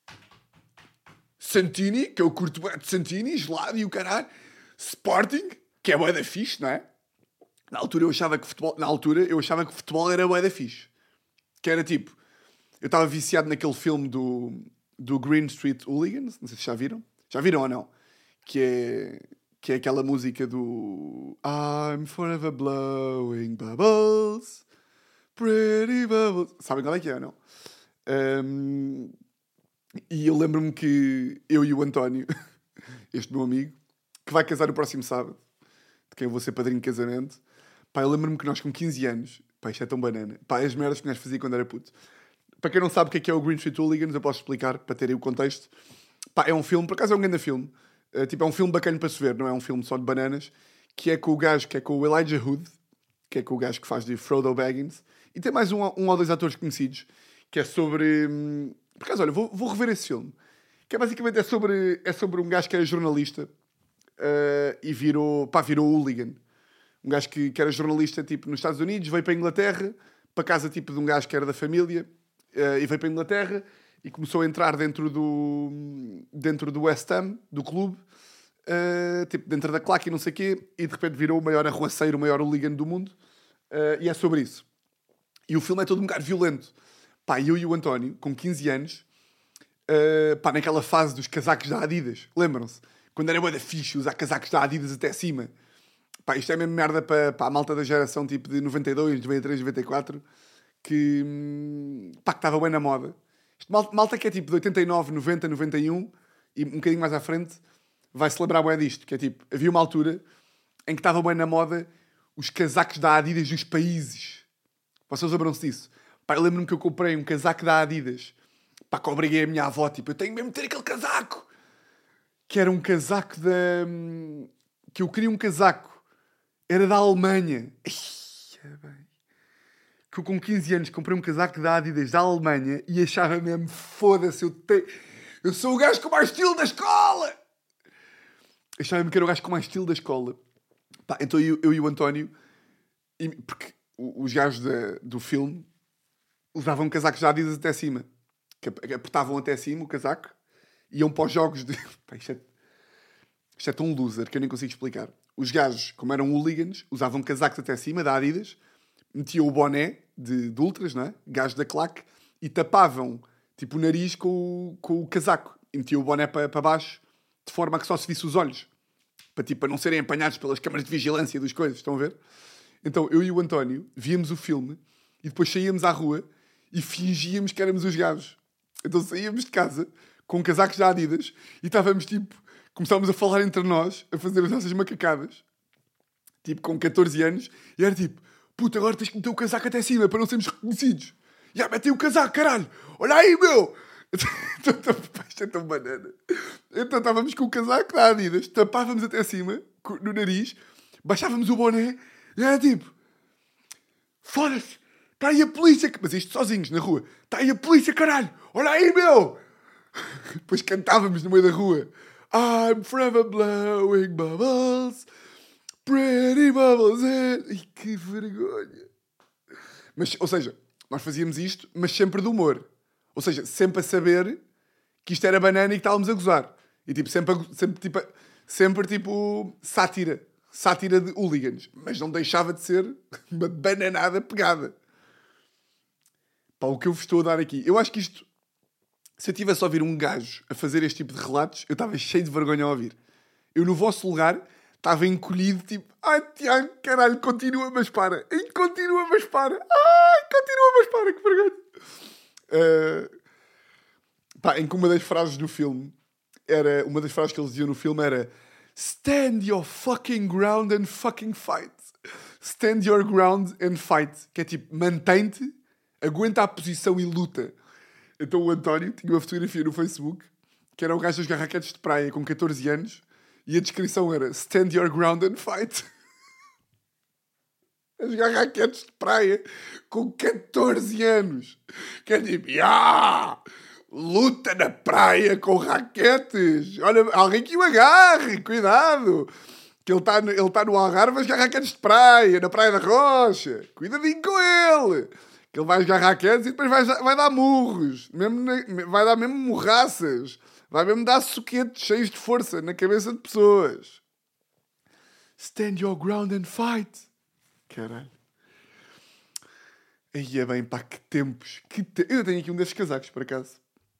Speaker 2: Santini, que eu curto bem de Santini, gelado e o caralho. Sporting, que é bué da fixe, não é? Na altura eu achava que futebol era bué da fixe. Que era tipo, eu estava viciado naquele filme do Green Street Hooligans, não sei se já viram. Já viram ou não? Que é aquela música do I'm forever blowing bubbles, pretty bubbles. Sabem qual é que é ou não? E eu lembro-me que eu e o António, este meu amigo, que vai casar o próximo sábado, de quem eu vou ser padrinho de casamento, pá, eu lembro-me que nós com 15 anos, pá, isto é tão banana, pá, as merdas que nós fazíamos quando era puto. Para quem não sabe o que é o Green Street Hooligans, eu posso explicar, para terem o contexto. Pá, é um filme, por acaso é um grande filme, tipo, é um filme bacana para se ver, não é um filme só de bananas, que é com o gajo, que é com o Elijah Wood, que é com o gajo que faz de Frodo Baggins, e tem mais um ou dois atores conhecidos, que é sobre... Por acaso, olha, vou rever esse filme, que é basicamente é sobre um gajo que era jornalista e virou hooligan. Um gajo que era jornalista tipo, nos Estados Unidos, veio para a Inglaterra, para casa tipo, de um gajo que era da família, e veio para a Inglaterra e começou a entrar dentro do West Ham, do clube, tipo, dentro da claque e não sei o quê, e de repente virou o maior arruaceiro, o maior hooligan do mundo. E é sobre isso. E o filme é todo um bocado violento. Pá, eu e o António, com 15 anos, pá, naquela fase dos casacos da Adidas, lembram-se? Quando era bué da fixe usar casacos da Adidas até cima. Pá, isto é mesmo merda para a malta da geração tipo de 92, 93, 94, que estava bem na moda. Isto, malta que é tipo de 89, 90, 91 e um bocadinho mais à frente vai celebrar bué disto, que é tipo, havia uma altura em que estava bem na moda os casacos da Adidas dos países. Vocês lembram-se disso? Pá, eu lembro-me que eu comprei um casaco da Adidas. Pá, que obriguei a minha avó, tipo, eu tenho mesmo de ter aquele casaco. Que era um casaco da... que eu queria um casaco. Era da Alemanha. Ia bem. Que eu com 15 anos comprei um casaco da Adidas da Alemanha e achava mesmo, foda-se, eu sou o gajo com mais estilo da escola. Achava mesmo que era o gajo com mais estilo da escola. Pá, então eu e o António, porque os gajos do filme usavam casacos da Adidas até cima. Que apertavam até cima o casaco e iam para os jogos de... Pá, isto é tão loser que eu nem consigo explicar. Os gajos, como eram hooligans, usavam casacos até cima da Adidas, metiam o boné de ultras, não é? Gajos da claque, e tapavam tipo o nariz com o casaco. E metiam o boné para baixo, de forma a que só se visse os olhos. Para não serem apanhados pelas câmaras de vigilância das coisas, estão a ver? Então eu e o António víamos o filme e depois saíamos à rua e fingíamos que éramos os gajos. Então saíamos de casa com casacos da Adidas e estávamos tipo... Começámos a falar entre nós, a fazer as nossas macacadas. Tipo, com 14 anos. E era tipo, puta, agora tens que meter o casaco até cima para não sermos reconhecidos. Já meti o casaco, caralho. Olha aí, meu. Isto é tão banana. Então estávamos com o casaco da Adidas, tapávamos até cima, no nariz, baixávamos o boné e era tipo, foda-se, está aí a polícia. Mas isto sozinhos, na rua. Está aí a polícia, caralho. Olha aí, meu. Depois cantávamos no meio da rua. I'm forever blowing bubbles, pretty bubbles. Ai, que vergonha. Mas, ou seja, nós fazíamos isto, mas sempre de humor. Ou seja, sempre a saber que isto era banana e que estávamos a gozar. E tipo, sempre tipo sátira. Sátira de hooligans. Mas não deixava de ser uma bananada pegada. Pá, o que eu vos estou a dar aqui. Eu acho que isto Se eu tivesse a ouvir um gajo a fazer este tipo de relatos, eu estava cheio de vergonha a ouvir. Eu, no vosso lugar, estava encolhido, tipo... Ai, Tiago, caralho, continua, mas para. Ai, continua, mas para. Ai, continua, mas para, que vergonha. Em que uma das frases do filme... Uma das frases que eles diziam no filme era... Stand your fucking ground and fucking fight. Stand your ground and fight. Que é tipo, mantém-te, aguenta a posição e luta. Então o António tinha uma fotografia no Facebook que era um gajo a jogar raquetes de praia com 14 anos e a descrição era Stand your ground and fight. A jogar raquetes de praia com 14 anos. Que é tipo, luta na praia com raquetes. Olha, alguém que o agarre, cuidado. Que ele está no Algarve a jogar raquetes de praia, na Praia da Rocha. Cuidadinho com ele. Que ele vai jogar raquetes e depois vai dar murros. Vai dar mesmo morraças. Vai mesmo dar soquetes cheios de força na cabeça de pessoas. Stand your ground and fight. Caralho. Aí é bem, pá, que tempos. Eu tenho aqui um desses casacos, por acaso.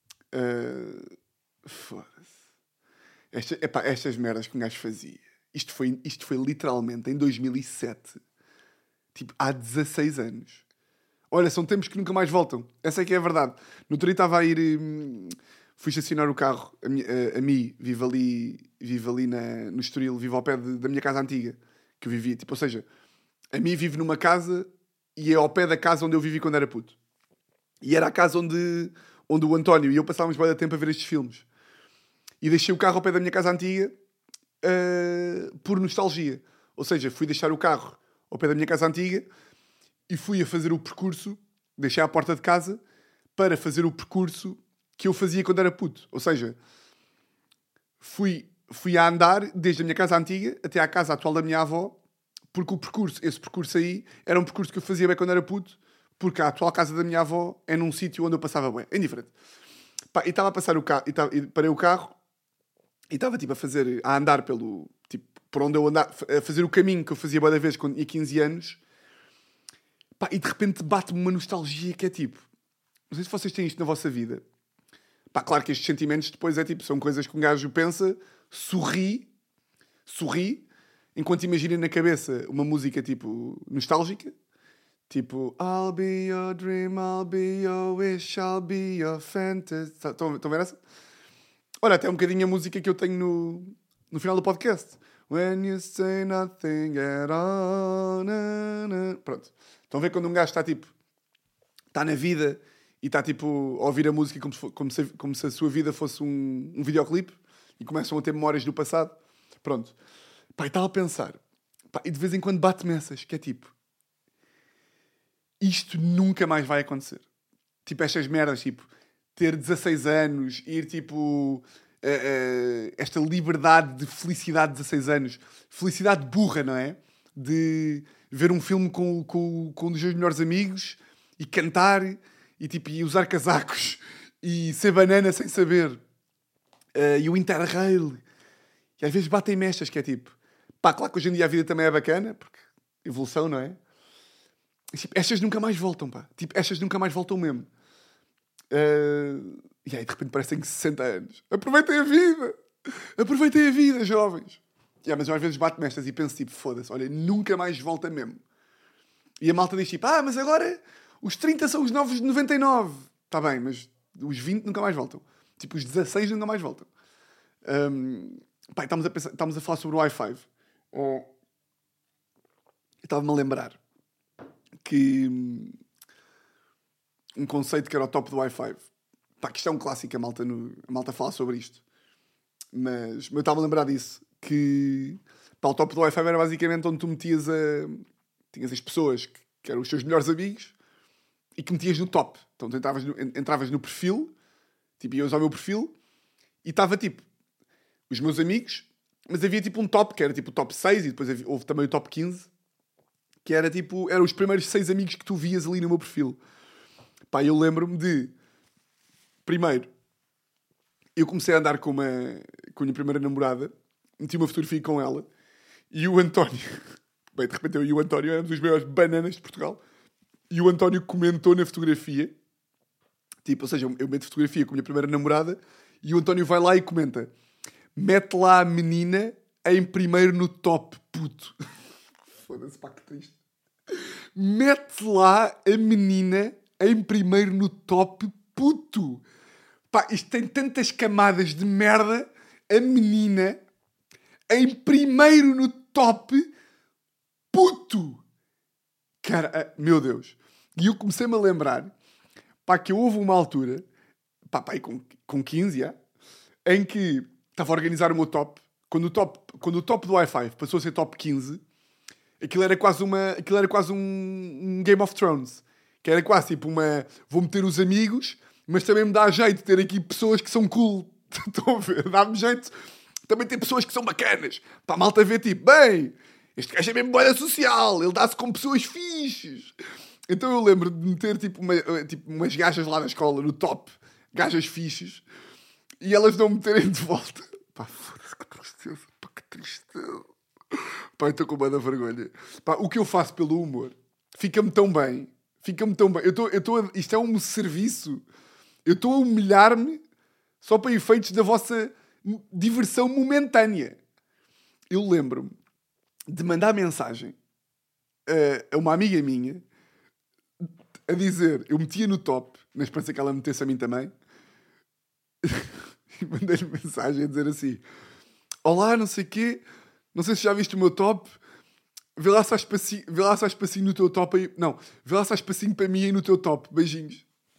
Speaker 2: Foda-se. Estas merdas que um gajo fazia. Isto foi literalmente em 2007. Tipo, há 16 anos. Olha, são tempos que nunca mais voltam. Essa é que é a verdade. No outro dia estava a ir... fui estacionar o carro. A mim, vivo ali no Estoril. Vivo ao pé da minha casa antiga. Que eu vivia. Tipo, ou seja, a mim vive numa casa e é ao pé da casa onde eu vivi quando era puto. E era a casa onde o António e eu passávamos bem de tempo a ver estes filmes. E deixei o carro ao pé da minha casa antiga por nostalgia. Ou seja, fui deixar o carro ao pé da minha casa antiga e fui a fazer o percurso, deixei à porta de casa para fazer o percurso que eu fazia quando era puto. Ou seja, fui a andar desde a minha casa antiga até à casa atual da minha avó, porque esse percurso aí, era um percurso que eu fazia bem quando era puto, porque a atual casa da minha avó é num sítio onde eu passava bem. É indiferente. E estava a passar o carro, e parei o carro, e estava tipo a andar pelo, tipo, por onde eu andava, a fazer o caminho que eu fazia boa da vez quando tinha 15 anos. E de repente bate-me uma nostalgia que é tipo... Não sei se vocês têm isto na vossa vida. Claro que estes sentimentos depois são coisas que um gajo pensa, sorri, enquanto imagina na cabeça uma música tipo nostálgica. Tipo, I'll be your dream, I'll be your wish, I'll be your fantasy. Estão a ver essa? Olha, até um bocadinho a música que eu tenho no final do podcast. When you say nothing at all. Pronto. Estão a ver quando um gajo está tipo... Está na vida e está tipo a ouvir a música como se a sua vida fosse um videoclipe e começam a ter memórias do passado. Pronto. E estava a pensar. E de vez em quando bate-me essas, que é tipo... Isto nunca mais vai acontecer. Tipo, estas merdas, tipo... Ter 16 anos, ir tipo... esta liberdade de felicidade de 16 anos. Felicidade burra, não é? De ver um filme com um dos meus melhores amigos e cantar e usar casacos e ser banana sem saber. E o Interrail. E às vezes batem-me estas, que é tipo... Claro que hoje em dia a vida também é bacana, porque evolução, não é? E, tipo, estas nunca mais voltam, pá. Tipo, estas nunca mais voltam mesmo. E aí de repente parecem 60 anos. Aproveitem a vida! Aproveitem a vida, jovens! Mas eu às vezes bato-me estas e penso tipo, foda-se, olha, nunca mais volta mesmo. E a malta diz tipo, mas agora os 30 são os novos de 99. Está bem, mas os 20 nunca mais voltam. Tipo, os 16 nunca mais voltam. Estamos a falar sobre o Wi-Fi. Eu estava-me a lembrar que um conceito que era o top do Wi-Fi. Que isto é um clássico, a malta fala sobre isto. Mas eu estava a lembrar disso. Que o top do Wi-Fi era basicamente onde tu metias tinhas as pessoas que eram os teus melhores amigos e que metias no top. Então tu entravas no perfil, tipo, ias ao meu perfil e estava tipo os meus amigos, mas havia tipo um top que era tipo o top 6 e depois houve também o top 15 que era tipo, eram os primeiros 6 amigos que tu vias ali no meu perfil. Eu lembro-me de primeiro eu comecei a andar com a minha primeira namorada, meti uma fotografia com ela e o António de repente eu e o António éramos os maiores bananas de Portugal e o António comentou na fotografia Tipo, ou seja, eu meto fotografia com a minha primeira namorada e o António vai lá e comenta: mete lá a menina em primeiro no top, puto. Foda-se, pá, que triste. Mete lá a menina em primeiro no top, puto. Pá, isto tem tantas camadas de merda. A menina em primeiro no top, puto. Cara, meu Deus. E eu comecei-me a lembrar, pá, que houve uma altura, pá, aí com 15, em que estava a organizar o meu top. Quando o top do Wi-Fi passou a ser top 15, aquilo era quase um Game of Thrones. Que era quase tipo uma... Vou meter os amigos, mas também me dá jeito de ter aqui pessoas que são cool. Estão a ver? Dá-me jeito também ter pessoas que são bacanas. Para a malta ver tipo, bem, este gajo é mesmo boa social, ele dá-se com pessoas fixes. Então eu lembro de meter tipo umas gajas lá na escola, no top, gajas fixes, e elas não me meterem de volta. Pá, foda-se, que tristeza. Pá, que tristeza. Pá, eu estou com muita vergonha. Pá, o que eu faço pelo humor fica-me tão bem. Isto é um serviço. Eu estou a humilhar-me só para efeitos da vossa diversão momentânea. Eu lembro-me de mandar mensagem a uma amiga minha a dizer, eu metia no top, na esperança que ela metesse a mim também, e mandei-lhe mensagem a dizer assim: olá, não sei o quê, não sei se já viste o meu top, vê lá se há espacinho no teu top aí. Não, vê lá se há espacinho para mim aí no teu top. Beijinhos.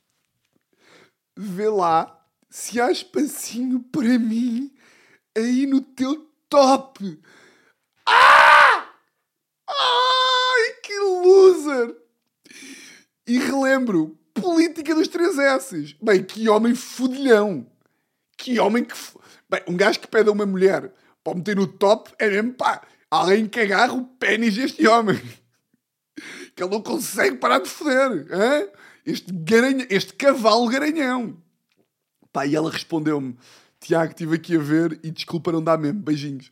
Speaker 2: Vê lá se há espacinho para mim aí no teu top. Ah! Ai, que loser! E relembro, política dos 3 S's. Bem, que homem fodilhão. Que homem que... Bem, um gajo que pede a uma mulher para meter no top é mesmo, pá, alguém que agarra o pénis deste homem. Que ele não consegue parar de foder. Hein? Este cavalo garanhão. Pá, e ela respondeu-me: Tiago, estive aqui a ver e desculpa, não dá mesmo. Beijinhos.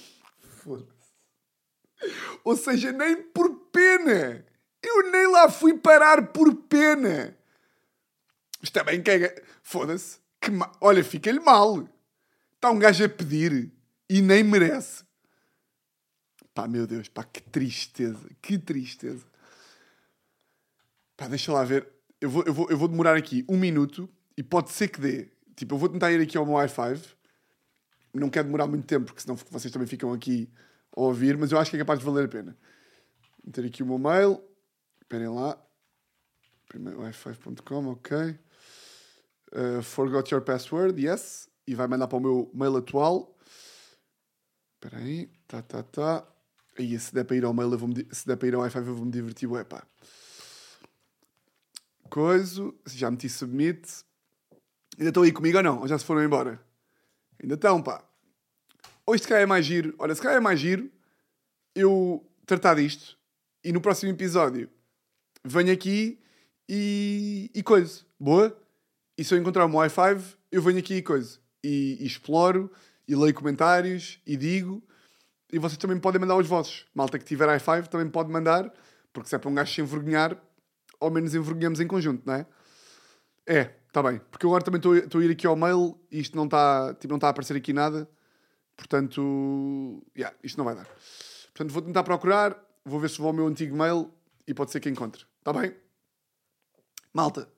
Speaker 2: Foda-se. Ou seja, nem por pena. Eu nem lá fui parar por pena. Isto também que é... Foda-se. Olha, fica-lhe mal. Está um gajo a pedir e nem merece. Pá, meu Deus, pá, que tristeza. Que tristeza. Pá, deixa lá ver. Eu vou demorar aqui 1 minuto e pode ser que dê. Tipo, eu vou tentar ir aqui ao meu i5. Não quero demorar muito tempo, porque senão vocês também ficam aqui a ouvir, mas eu acho que é capaz de valer a pena. Vou meter aqui o meu mail. Esperem lá. Primeiro i5.com, ok. Forgot your password, yes. E vai mandar para o meu mail atual. Espera aí. Tá. Aí, se der para ir ao mail, se der para ir ao i5, eu vou-me divertir. Ué, pá. Coiso. Já meti submit. Ainda estão aí comigo ou não? Ou já se foram embora? Ainda estão, pá. Ou isto cá é mais giro. Olha, se cá é mais giro eu tratar disto e no próximo episódio venho aqui e coisa. Boa? E se eu encontrar o meu i5, eu venho aqui e coisa. E exploro, e leio comentários, e digo. E vocês também podem mandar os vossos. Malta que tiver i5 também pode mandar, porque se é para um gajo se envergonhar, ao menos envergonhamos em conjunto, não é? Está bem. Porque eu agora também estou a ir aqui ao mail e isto não está a aparecer aqui nada. Portanto, isto não vai dar. Portanto, vou tentar procurar, vou ver se vou ao meu antigo mail e pode ser que encontre. Está bem? Malta.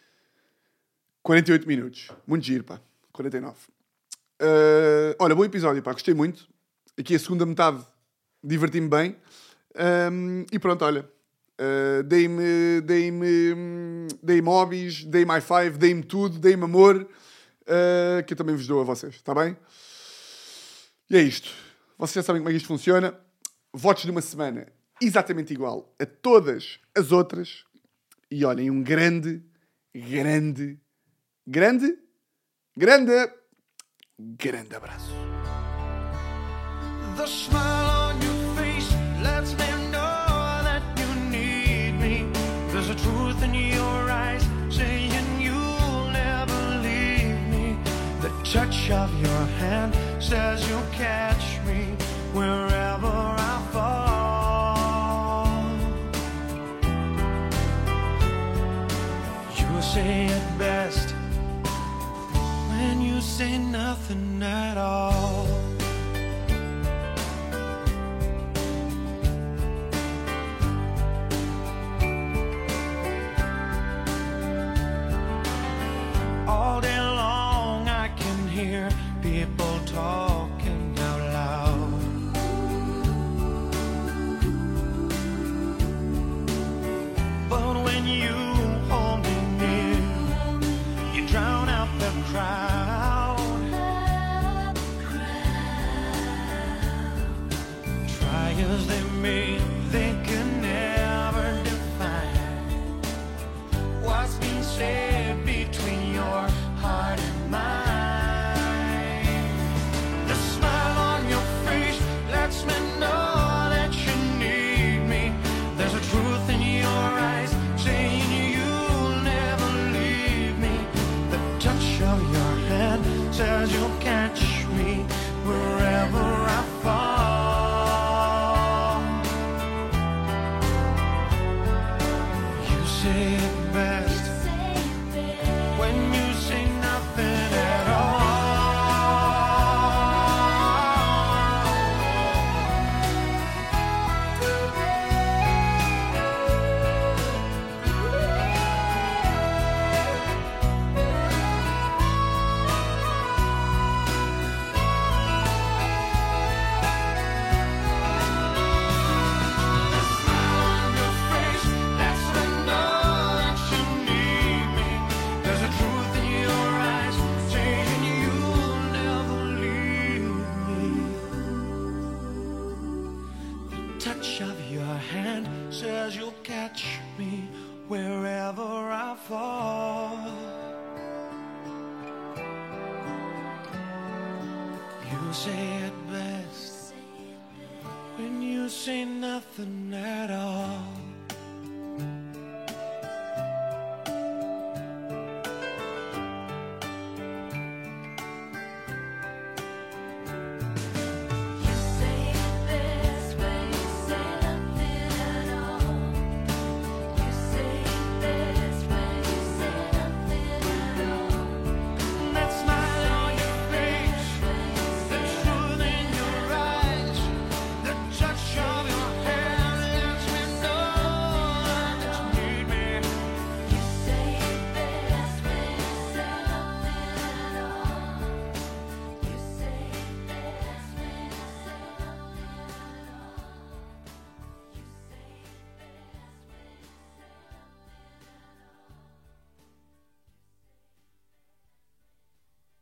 Speaker 2: 48 minutos. Muito giro, pá. 49. Olha, bom episódio, pá. Gostei muito. Aqui a segunda metade diverti-me bem. E pronto, olha. Dei-me hobbies, dei-me i5, dei-me tudo, dei-me amor. Que eu também vos dou a vocês. Está bem? E é isto. Vocês já sabem como é que isto funciona. Votos de uma semana exatamente igual a todas as outras. E olhem, um grande abraço.
Speaker 3: The smile on your face lets me know that you need me. There's a truth in your eyes saying you'll never leave me. The touch of your hand says you'll catch me wherever I fall. You say it best crowd. Try as they may, they can never define what's been said between your heart and mine. The smile on your face lets me know that you need me. There's a truth in your eyes saying you'll never leave me. The touch of your hand says you'll catch me wherever I fall. You say it best when you say nothing at all. Touch of your hand says you'll catch me wherever I fall. You say it best when you say nothing at all.